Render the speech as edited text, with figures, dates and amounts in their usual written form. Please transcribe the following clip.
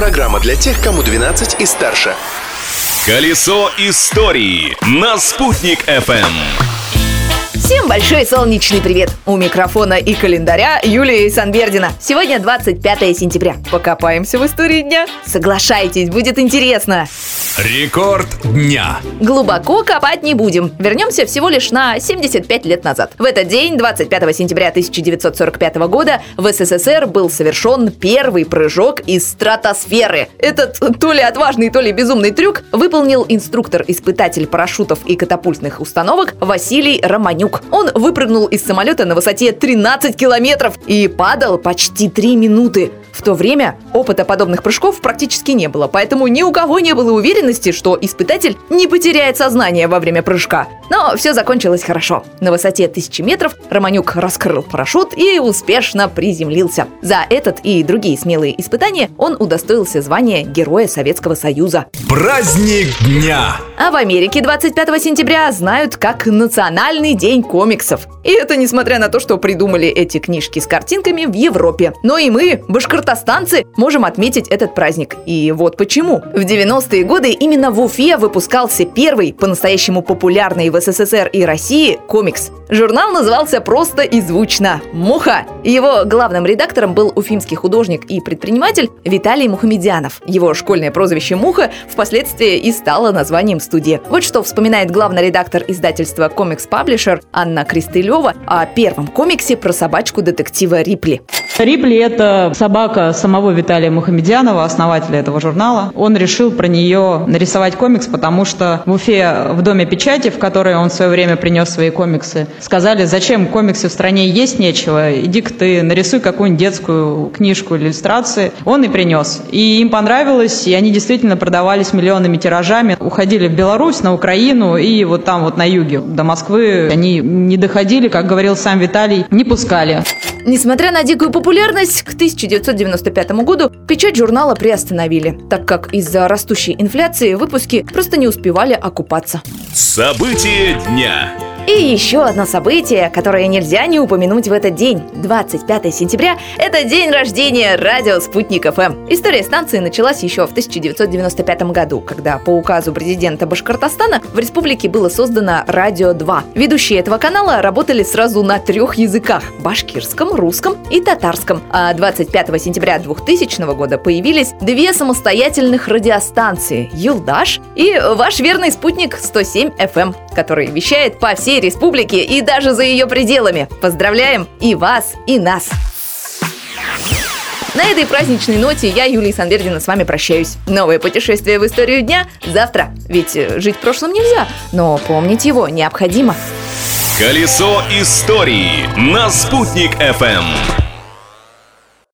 Программа для тех, кому 12 и старше. Колесо истории на Спутник FM. Всем большой солнечный привет! У микрофона и календаря Юлия Санбердина. Сегодня 25 сентября. Покопаемся в истории дня? Соглашайтесь, будет интересно. Рекорд дня. Глубоко копать не будем. Вернемся всего лишь на 75 лет назад. В этот день, 25 сентября 1945 года, в СССР был совершен первый прыжок из стратосферы. Этот то ли отважный, то ли безумный трюк выполнил инструктор-испытатель парашютов и катапультных установок Василий Романюк. Он выпрыгнул из самолета на высоте 13 километров и падал почти 3 минуты. В то время опыта подобных прыжков практически не было, поэтому ни у кого не было уверенности, что испытатель не потеряет сознание во время прыжка. Но все закончилось хорошо. На высоте 1000 метров Романюк раскрыл парашют и успешно приземлился. За этот и другие смелые испытания он удостоился звания Героя Советского Союза. Праздник дня. А в Америке 25 сентября знают как Национальный день комиксов. И это несмотря на то, что придумали эти книжки с картинками в Европе. Но и мы, башкортостанцы, можем отметить этот праздник. И вот почему. В 90-е годы именно в Уфе выпускался первый, по-настоящему популярный в СССР и России, комикс. Журнал назывался просто и звучно «Муха». Его главным редактором был уфимский художник и предприниматель Виталий Мухамедянов. Его школьное прозвище «Муха» впоследствии и стало названием студии. Вот что вспоминает главный редактор издательства «Комикс Паблишер» Анна Кристылева о первом комиксе про собачку-детектива Рипли. Рипли – это собака самого Виталия Мухамедянова, основателя этого журнала. Он решил про нее нарисовать комикс, потому что в Уфе в Доме печати, в который он в свое время принес свои комиксы, сказали: зачем комиксы в стране, есть нечего, иди-ка ты нарисуй какую-нибудь детскую книжку или иллюстрации. Он и принес. И им понравилось, и они действительно продавались миллионными тиражами. Уходили в Беларусь, на Украину и вот там вот на юге. До Москвы они не доходили, как говорил сам Виталий, не пускали. Несмотря на дикую популярность, к 1995 году печать журнала приостановили, так как из-за растущей инфляции выпуски просто не успевали окупаться. События дня. И еще одно событие, которое нельзя не упомянуть в этот день. 25 сентября – это день рождения радио «Спутник FM». История станции началась еще в 1995 году, когда по указу президента Башкортостана в республике было создано «Радио 2». Ведущие этого канала работали сразу на 3 языках – башкирском, русском и татарском. А 25 сентября 2000 года появились 2 самостоятельных радиостанции – «Юлдаш» и ваш верный спутник 107 FM, который вещает по всей республики и даже за ее пределами. Поздравляем и вас, и нас! На этой праздничной ноте я, Юлия Санбердина, с вами прощаюсь. Новое путешествие в историю дня завтра. Ведь жить в прошлом нельзя, но помнить его необходимо. Колесо истории на Спутник FM.